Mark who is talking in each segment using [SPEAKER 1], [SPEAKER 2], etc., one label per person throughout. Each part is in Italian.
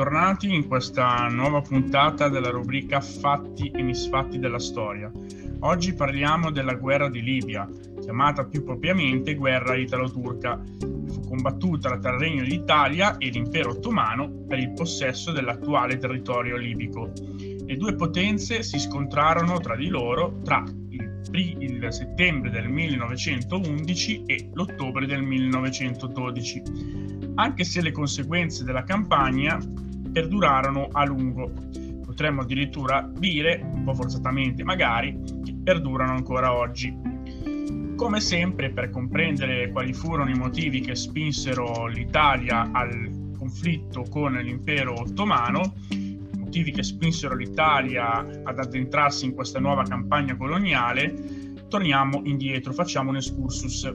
[SPEAKER 1] bentornati in questa nuova puntata della rubrica Fatti e misfatti della storia. Oggi parliamo della guerra di Libia, chiamata più propriamente guerra italo-turca. Fu combattuta tra il Regno d'Italia e l'Impero Ottomano per il possesso dell'attuale territorio libico. Le due potenze si scontrarono tra di loro tra il settembre del 1911 e l'ottobre del 1912, anche se le conseguenze della campagna perdurarono a lungo. Potremmo addirittura dire, un po' forzatamente magari, che perdurano ancora oggi. Come sempre, per comprendere quali furono i motivi che spinsero l'Italia al conflitto con l'Impero Ottomano, motivi che spinsero l'Italia ad addentrarsi in questa nuova campagna coloniale, torniamo indietro, facciamo un excursus.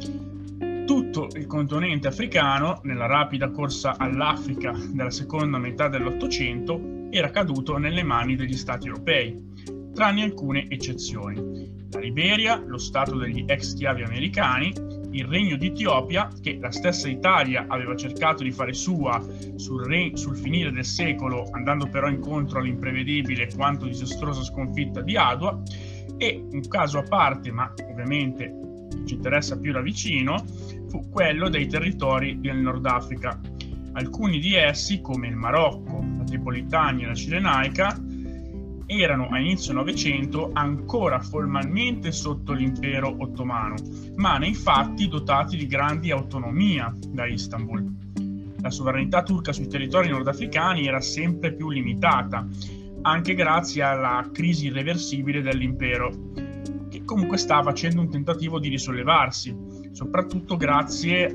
[SPEAKER 1] Tutto il continente africano, nella rapida corsa all'Africa della seconda metà dell'Ottocento, era caduto nelle mani degli stati europei, tranne alcune eccezioni. La Liberia, lo stato degli ex schiavi americani, il Regno d'Etiopia, che la stessa Italia aveva cercato di fare sua sul finire del secolo, andando però incontro all'imprevedibile quanto disastrosa sconfitta di Adua, e un caso a parte, ma ovviamente ci interessa più da vicino, fu quello dei territori del Nord Africa. Alcuni di essi, come il Marocco, la Tripolitania e la Cirenaica, erano a inizio Novecento ancora formalmente sotto l'impero ottomano, ma nei fatti dotati di grandi autonomia da Istanbul. La sovranità turca sui territori nordafricani era sempre più limitata, anche grazie alla crisi irreversibile dell'impero, che comunque sta facendo un tentativo di risollevarsi, soprattutto grazie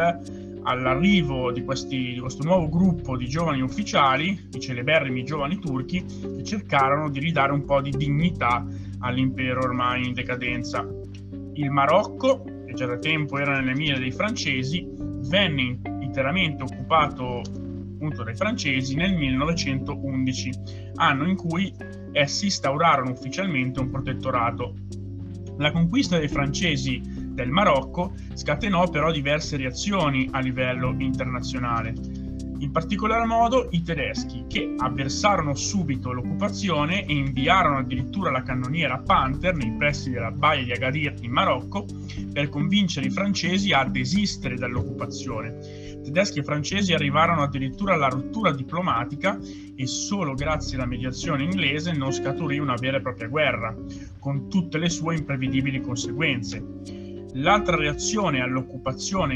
[SPEAKER 1] all'arrivo di questo nuovo gruppo di giovani ufficiali, i celeberrimi giovani turchi, che cercarono di ridare un po' di dignità all'impero ormai in decadenza. Il Marocco, che già da tempo era nelle mire dei francesi, venne interamente occupato appunto dai francesi nel 1911, anno in cui essi instaurarono ufficialmente un protettorato. La conquista dei francesi del Marocco scatenò però diverse reazioni a livello internazionale. In particolar modo i tedeschi, che avversarono subito l'occupazione e inviarono addirittura la cannoniera Panther nei pressi della baia di Agadir in Marocco per convincere i francesi a desistere dall'occupazione. Tedeschi e francesi arrivarono addirittura alla rottura diplomatica e solo grazie alla mediazione inglese non scaturì una vera e propria guerra, con tutte le sue imprevedibili conseguenze. L'altra reazione all'occupazione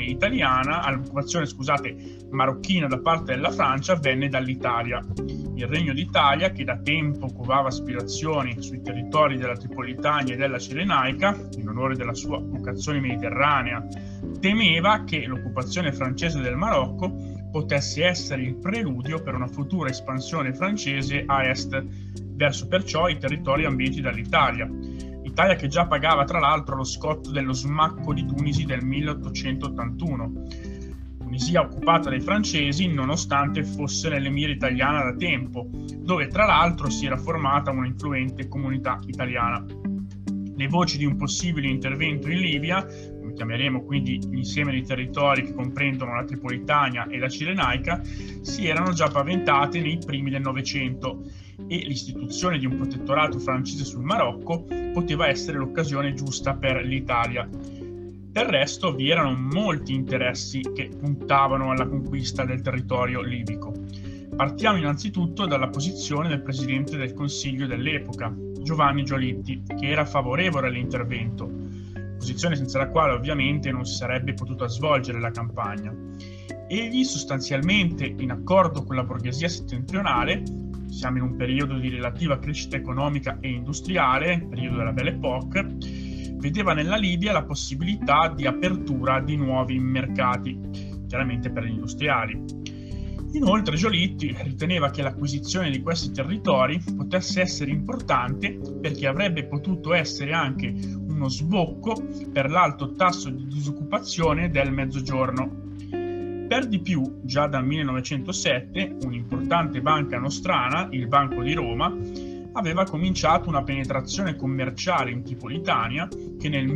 [SPEAKER 1] marocchina da parte della Francia venne dall'Italia. Il Regno d'Italia, che da tempo covava aspirazioni sui territori della Tripolitania e della Cirenaica, in onore della sua vocazione mediterranea, temeva che l'occupazione francese del Marocco potesse essere il preludio per una futura espansione francese a est, verso perciò i territori ambiti dall'Italia. Italia che già pagava tra l'altro lo scotto dello smacco di Tunisi del 1881. Tunisia occupata dai francesi nonostante fosse nelle mire italiane da tempo, dove tra l'altro si era formata una influente comunità italiana. Le voci di un possibile intervento in Libia, come chiameremo quindi l'insieme di territori che comprendono la Tripolitania e la Cirenaica, si erano già paventate nei primi del Novecento, e l'istituzione di un protettorato francese sul Marocco poteva essere l'occasione giusta per l'Italia. Del resto vi erano molti interessi che puntavano alla conquista del territorio libico. Partiamo innanzitutto dalla posizione del presidente del Consiglio dell'epoca, Giovanni Giolitti, che era favorevole all'intervento, posizione senza la quale ovviamente non si sarebbe potuta svolgere la campagna. Egli, sostanzialmente in accordo con la borghesia settentrionale, siamo in un periodo di relativa crescita economica e industriale, periodo della Belle Époque, vedeva nella Libia la possibilità di apertura di nuovi mercati, chiaramente per gli industriali. Inoltre Giolitti riteneva che l'acquisizione di questi territori potesse essere importante perché avrebbe potuto essere anche uno sbocco per l'alto tasso di disoccupazione del Mezzogiorno. Per di più, già dal 1907, un'importante banca nostrana, il Banco di Roma, aveva cominciato una penetrazione commerciale in Tripolitania che nel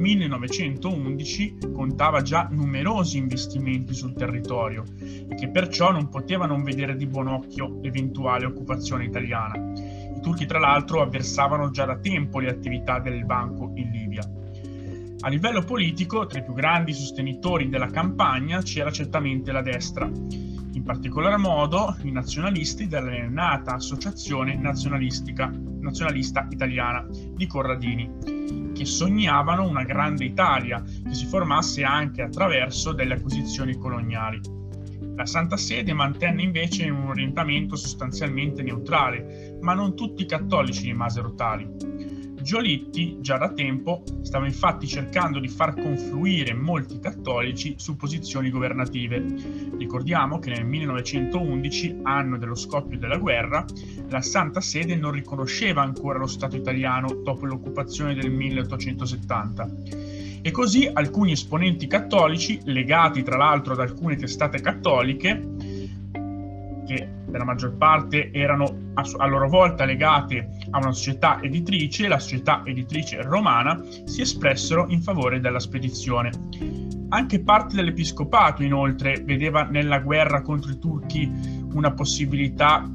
[SPEAKER 1] 1911 contava già numerosi investimenti sul territorio e che perciò non poteva non vedere di buon occhio l'eventuale occupazione italiana. I turchi, tra l'altro, avversavano già da tempo le attività del banco in Libia. A livello politico, tra i più grandi sostenitori della campagna c'era certamente la destra, in particolar modo i nazionalisti della neonata Associazione Nazionalista Italiana di Corradini, che sognavano una grande Italia che si formasse anche attraverso delle acquisizioni coloniali. La Santa Sede mantenne invece un orientamento sostanzialmente neutrale, ma non tutti i cattolici rimasero tali. Giolitti, già da tempo, stava infatti cercando di far confluire molti cattolici su posizioni governative. Ricordiamo che nel 1911, anno dello scoppio della guerra, la Santa Sede non riconosceva ancora lo Stato italiano dopo l'occupazione del 1870. E così alcuni esponenti cattolici, legati tra l'altro ad alcune testate cattoliche, che per la maggior parte erano a loro volta legate a una società editrice, la società editrice romana, si espressero in favore della spedizione. Anche parte dell'episcopato, inoltre, vedeva nella guerra contro i turchi una possibilità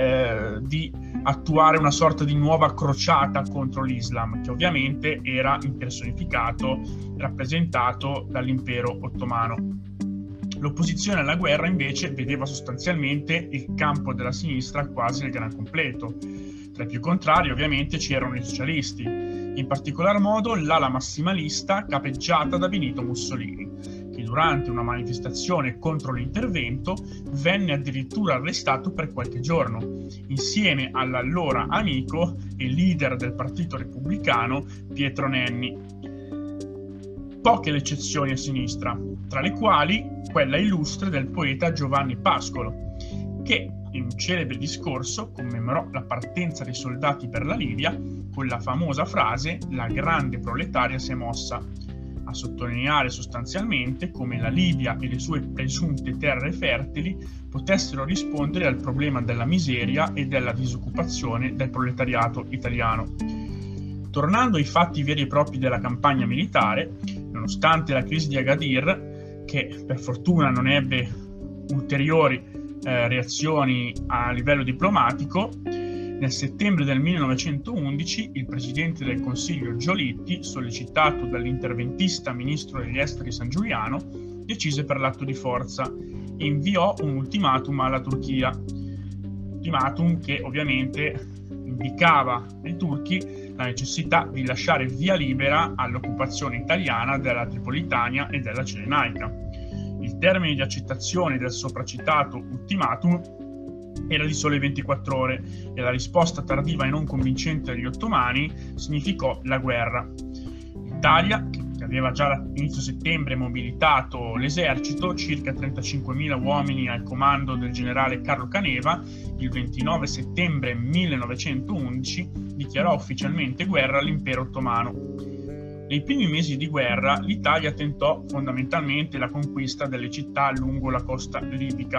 [SPEAKER 1] di attuare una sorta di nuova crociata contro l'Islam, che ovviamente era impersonificato, rappresentato dall'impero ottomano. L'opposizione alla guerra invece vedeva sostanzialmente il campo della sinistra quasi al gran completo. Tra i più contrari ovviamente c'erano i socialisti, in particolar modo l'ala massimalista capeggiata da Benito Mussolini, che durante una manifestazione contro l'intervento venne addirittura arrestato per qualche giorno, insieme all'allora amico e leader del Partito Repubblicano Pietro Nenni. Poche le eccezioni a sinistra, tra le quali quella illustre del poeta Giovanni Pascolo, che in un celebre discorso commemorò la partenza dei soldati per la Libia con la famosa frase «La grande proletaria si è mossa», a sottolineare sostanzialmente come la Libia e le sue presunte terre fertili potessero rispondere al problema della miseria e della disoccupazione del proletariato italiano. Tornando ai fatti veri e propri della campagna militare, nonostante la crisi di Agadir, che per fortuna non ebbe ulteriori reazioni a livello diplomatico, nel settembre del 1911 il presidente del Consiglio Giolitti, sollecitato dall'interventista ministro degli esteri San Giuliano, decise per l'atto di forza e inviò un ultimatum alla Turchia. Ultimatum che ovviamente indicava ai turchi la necessità di lasciare via libera all'occupazione italiana della Tripolitania e della Cirenaica. Il termine di accettazione del sopracitato ultimatum era di sole 24 ore e la risposta tardiva e non convincente degli ottomani significò la guerra. L'Italia, che aveva già all'inizio settembre mobilitato l'esercito, circa 35.000 uomini al comando del generale Carlo Caneva, il 29 settembre 1911 dichiarò ufficialmente guerra all'impero ottomano. Nei primi mesi di guerra l'Italia tentò fondamentalmente la conquista delle città lungo la costa libica.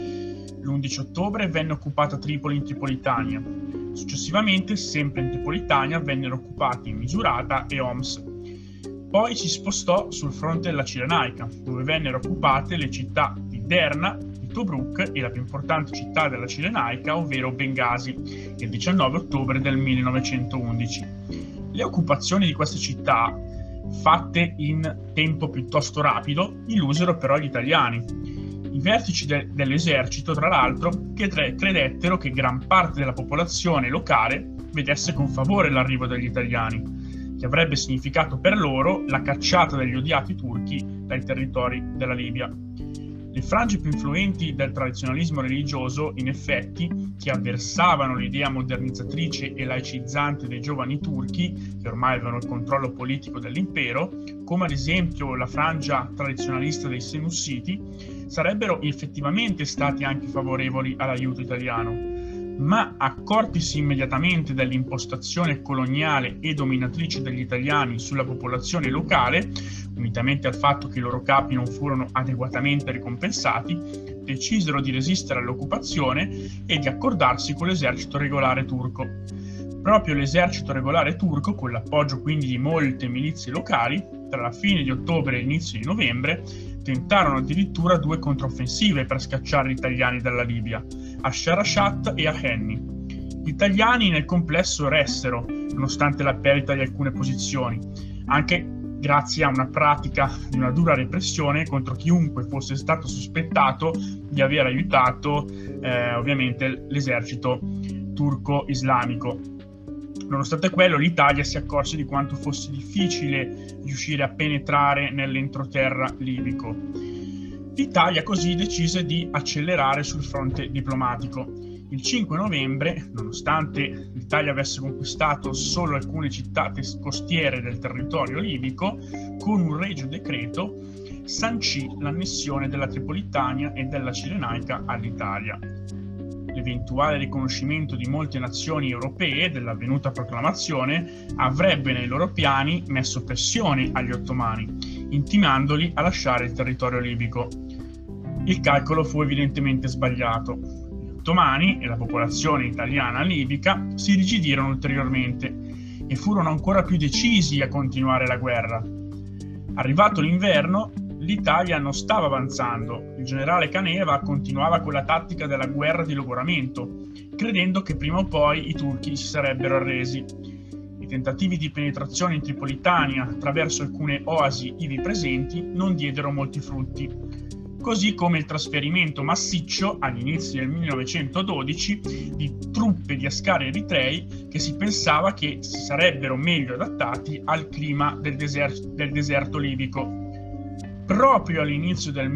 [SPEAKER 1] L'11 ottobre venne occupata Tripoli in Tripolitania. Successivamente, sempre in Tripolitania, vennero occupati Misurata e Homs. Poi si spostò sul fronte della Cirenaica, dove vennero occupate le città di Derna, di Tobruk e la più importante città della Cirenaica, ovvero Bengasi, il 19 ottobre del 1911. Le occupazioni di queste città, fatte in tempo piuttosto rapido, illusero però gli italiani. I vertici dell'esercito, tra l'altro, credettero che gran parte della popolazione locale vedesse con favore l'arrivo degli italiani, che avrebbe significato per loro la cacciata degli odiati turchi dai territori della Libia. Le frange più influenti del tradizionalismo religioso, in effetti, che avversavano l'idea modernizzatrice e laicizzante dei giovani turchi, che ormai avevano il controllo politico dell'impero, come ad esempio la frangia tradizionalista dei Senussiti, sarebbero effettivamente stati anche favorevoli all'aiuto italiano, ma accortisi immediatamente dall'impostazione coloniale e dominatrice degli italiani sulla popolazione locale, unitamente al fatto che i loro capi non furono adeguatamente ricompensati, decisero di resistere all'occupazione e di accordarsi con l'esercito regolare turco. Proprio l'esercito regolare turco, con l'appoggio quindi di molte milizie locali, tra la fine di ottobre e l'inizio di novembre, tentarono addirittura 2 controffensive per scacciare gli italiani dalla Libia, a Sharashat e a Henni. Gli italiani nel complesso ressero, nonostante la perdita di alcune posizioni, anche grazie a una pratica di una dura repressione contro chiunque fosse stato sospettato di aver aiutato ovviamente l'esercito turco-islamico. Nonostante quello, l'Italia si accorse di quanto fosse difficile riuscire a penetrare nell'entroterra libico. L'Italia così decise di accelerare sul fronte diplomatico. Il 5 novembre, nonostante l'Italia avesse conquistato solo alcune città costiere del territorio libico, con un regio decreto sancì l'annessione della Tripolitania e della Cirenaica all'Italia. L'eventuale riconoscimento di molte nazioni europee dell'avvenuta proclamazione avrebbe nei loro piani messo pressione agli ottomani, intimandoli a lasciare il territorio libico. Il calcolo fu evidentemente sbagliato. Gli ottomani e la popolazione italiana libica si irrigidirono ulteriormente e furono ancora più decisi a continuare la guerra. Arrivato l'inverno, l'Italia non stava avanzando. Il generale Caneva continuava con la tattica della guerra di logoramento, credendo che prima o poi i turchi si sarebbero arresi. I tentativi di penetrazione in Tripolitania attraverso alcune oasi ivi presenti non diedero molti frutti, così come il trasferimento massiccio agli inizi del 1912 di truppe di ascari eritrei che si pensava che si sarebbero meglio adattati al clima del deserto libico. Proprio all'inizio del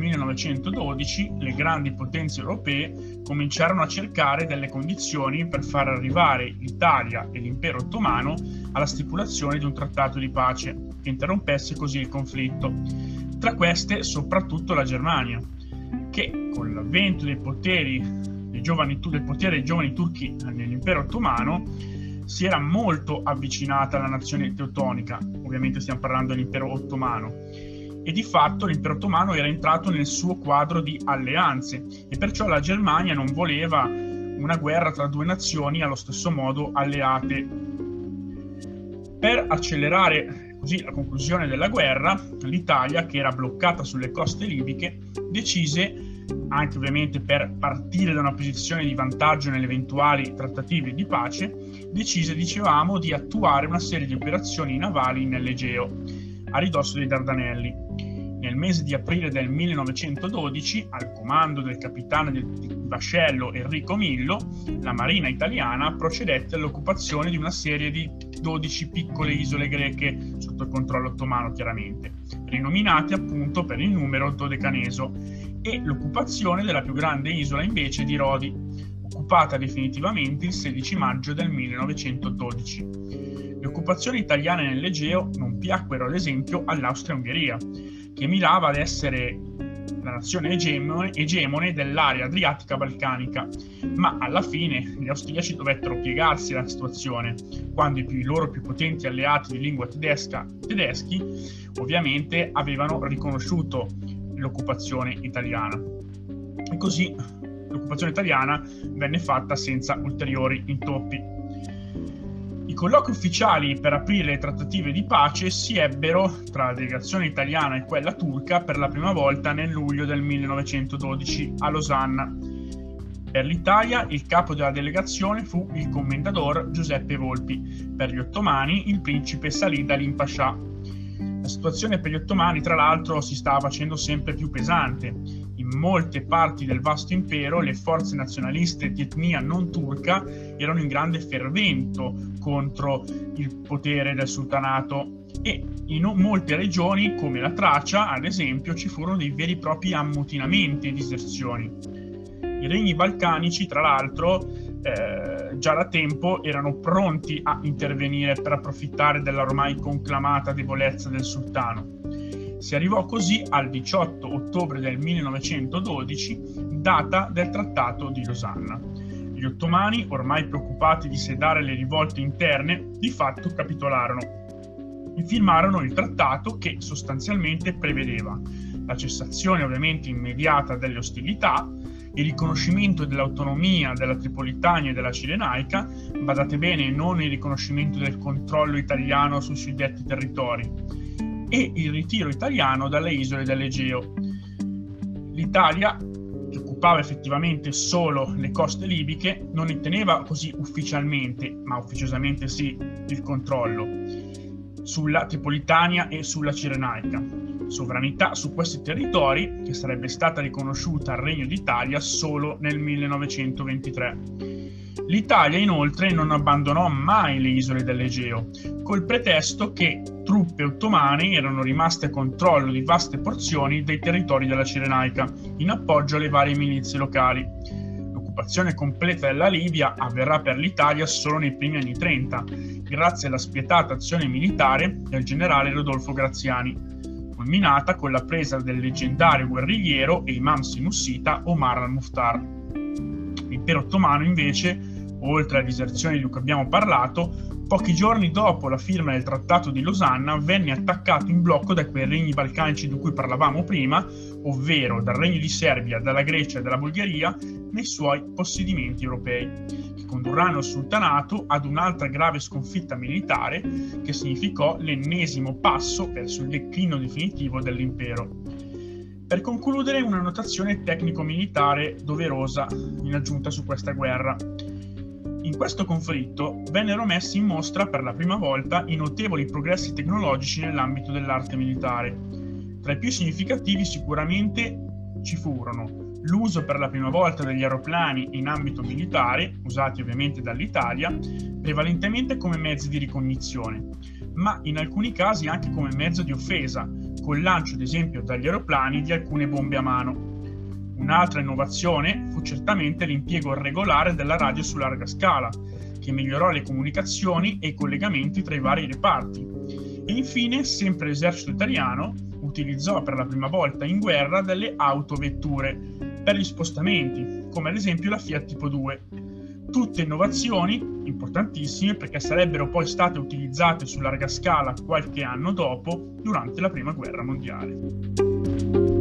[SPEAKER 1] 1912 le grandi potenze europee cominciarono a cercare delle condizioni per far arrivare l'Italia e l'impero ottomano alla stipulazione di un trattato di pace che interrompesse così il conflitto. Tra queste soprattutto la Germania, che con l'avvento del potere dei giovani turchi nell'impero ottomano si era molto avvicinata alla nazione teutonica, ovviamente stiamo parlando dell'impero ottomano, e di fatto l'impero ottomano era entrato nel suo quadro di alleanze e perciò la Germania non voleva una guerra tra 2 nazioni allo stesso modo alleate. Per accelerare così la conclusione della guerra, l'Italia, che era bloccata sulle coste libiche, decise, anche ovviamente per partire da una posizione di vantaggio nelle eventuali trattative di pace, dicevamo, di attuare una serie di operazioni navali nell'Egeo, a ridosso dei Dardanelli. Nel mese di aprile del 1912, al comando del capitano del vascello Enrico Millo, la marina italiana procedette all'occupazione di una serie di 12 piccole isole greche, sotto il controllo ottomano chiaramente, rinominate appunto per il numero dodecaneso, e l'occupazione della più grande isola invece di Rodi, occupata definitivamente il 16 maggio del 1912. Le occupazioni italiane nell'Egeo non piacquero ad esempio all'Austria-Ungheria, che mirava ad essere la nazione egemone dell'area adriatica balcanica, ma alla fine gli austriaci dovettero piegarsi alla situazione, quando i loro più potenti alleati di lingua tedeschi ovviamente avevano riconosciuto l'occupazione italiana. E così l'occupazione italiana venne fatta senza ulteriori intoppi. I colloqui ufficiali per aprire le trattative di pace si ebbero tra la delegazione italiana e quella turca per la prima volta nel luglio del 1912 a Losanna. Per l'Italia il capo della delegazione fu il commendatore Giuseppe Volpi, per gli ottomani il principe Salih Alim Pascià. La situazione per gli ottomani, tra l'altro, si stava facendo sempre più pesante. In molte parti del vasto impero le forze nazionaliste di etnia non turca erano in grande fermento contro il potere del sultanato e in molte regioni, come la Tracia, ad esempio, ci furono dei veri e propri ammutinamenti e diserzioni. I regni balcanici, tra l'altro, già da tempo erano pronti a intervenire per approfittare della ormai conclamata debolezza del sultano. Si arrivò così al 18 ottobre del 1912, data del Trattato di Losanna. Gli ottomani, ormai preoccupati di sedare le rivolte interne, di fatto capitolarono e firmarono il trattato che sostanzialmente prevedeva la cessazione ovviamente immediata delle ostilità, il riconoscimento dell'autonomia della Tripolitania e della Cirenaica, badate bene, non il riconoscimento del controllo italiano sui suddetti territori, e il ritiro italiano dalle isole dell'Egeo. L'Italia, che occupava effettivamente solo le coste libiche, non ne teneva così ufficialmente, ma ufficiosamente sì, il controllo sulla Tripolitania e sulla Cirenaica. Sovranità su questi territori che sarebbe stata riconosciuta al Regno d'Italia solo nel 1923. L'Italia inoltre non abbandonò mai le isole dell'Egeo, col pretesto che truppe ottomane erano rimaste a controllo di vaste porzioni dei territori della Cirenaica, in appoggio alle varie milizie locali. L'occupazione completa della Libia avverrà per l'Italia solo nei primi anni 30, grazie alla spietata azione militare del generale Rodolfo Graziani, culminata con la presa del leggendario guerrigliero e imam sinussita Omar al-Mukhtar. L'impero ottomano invece, oltre alla diserzione di cui abbiamo parlato, pochi giorni dopo la firma del Trattato di Losanna venne attaccato in blocco da quei regni balcanici di cui parlavamo prima, ovvero dal Regno di Serbia, dalla Grecia e dalla Bulgaria, nei suoi possedimenti europei, che condurranno il sultanato ad un'altra grave sconfitta militare che significò l'ennesimo passo verso il declino definitivo dell'impero. Per concludere, una notazione tecnico-militare doverosa in aggiunta su questa guerra. In questo conflitto vennero messi in mostra per la prima volta i notevoli progressi tecnologici nell'ambito dell'arte militare. Tra i più significativi sicuramente ci furono l'uso per la prima volta degli aeroplani in ambito militare, usati ovviamente dall'Italia, prevalentemente come mezzi di ricognizione, ma in alcuni casi anche come mezzo di offesa, col lancio ad esempio dagli aeroplani di alcune bombe a mano. Un'altra innovazione fu certamente l'impiego regolare della radio su larga scala, che migliorò le comunicazioni e i collegamenti tra i vari reparti. E infine, sempre l'esercito italiano utilizzò per la prima volta in guerra delle autovetture per gli spostamenti, come ad esempio la Fiat Tipo 2. Tutte innovazioni importantissime perché sarebbero poi state utilizzate su larga scala qualche anno dopo, durante la Prima Guerra Mondiale.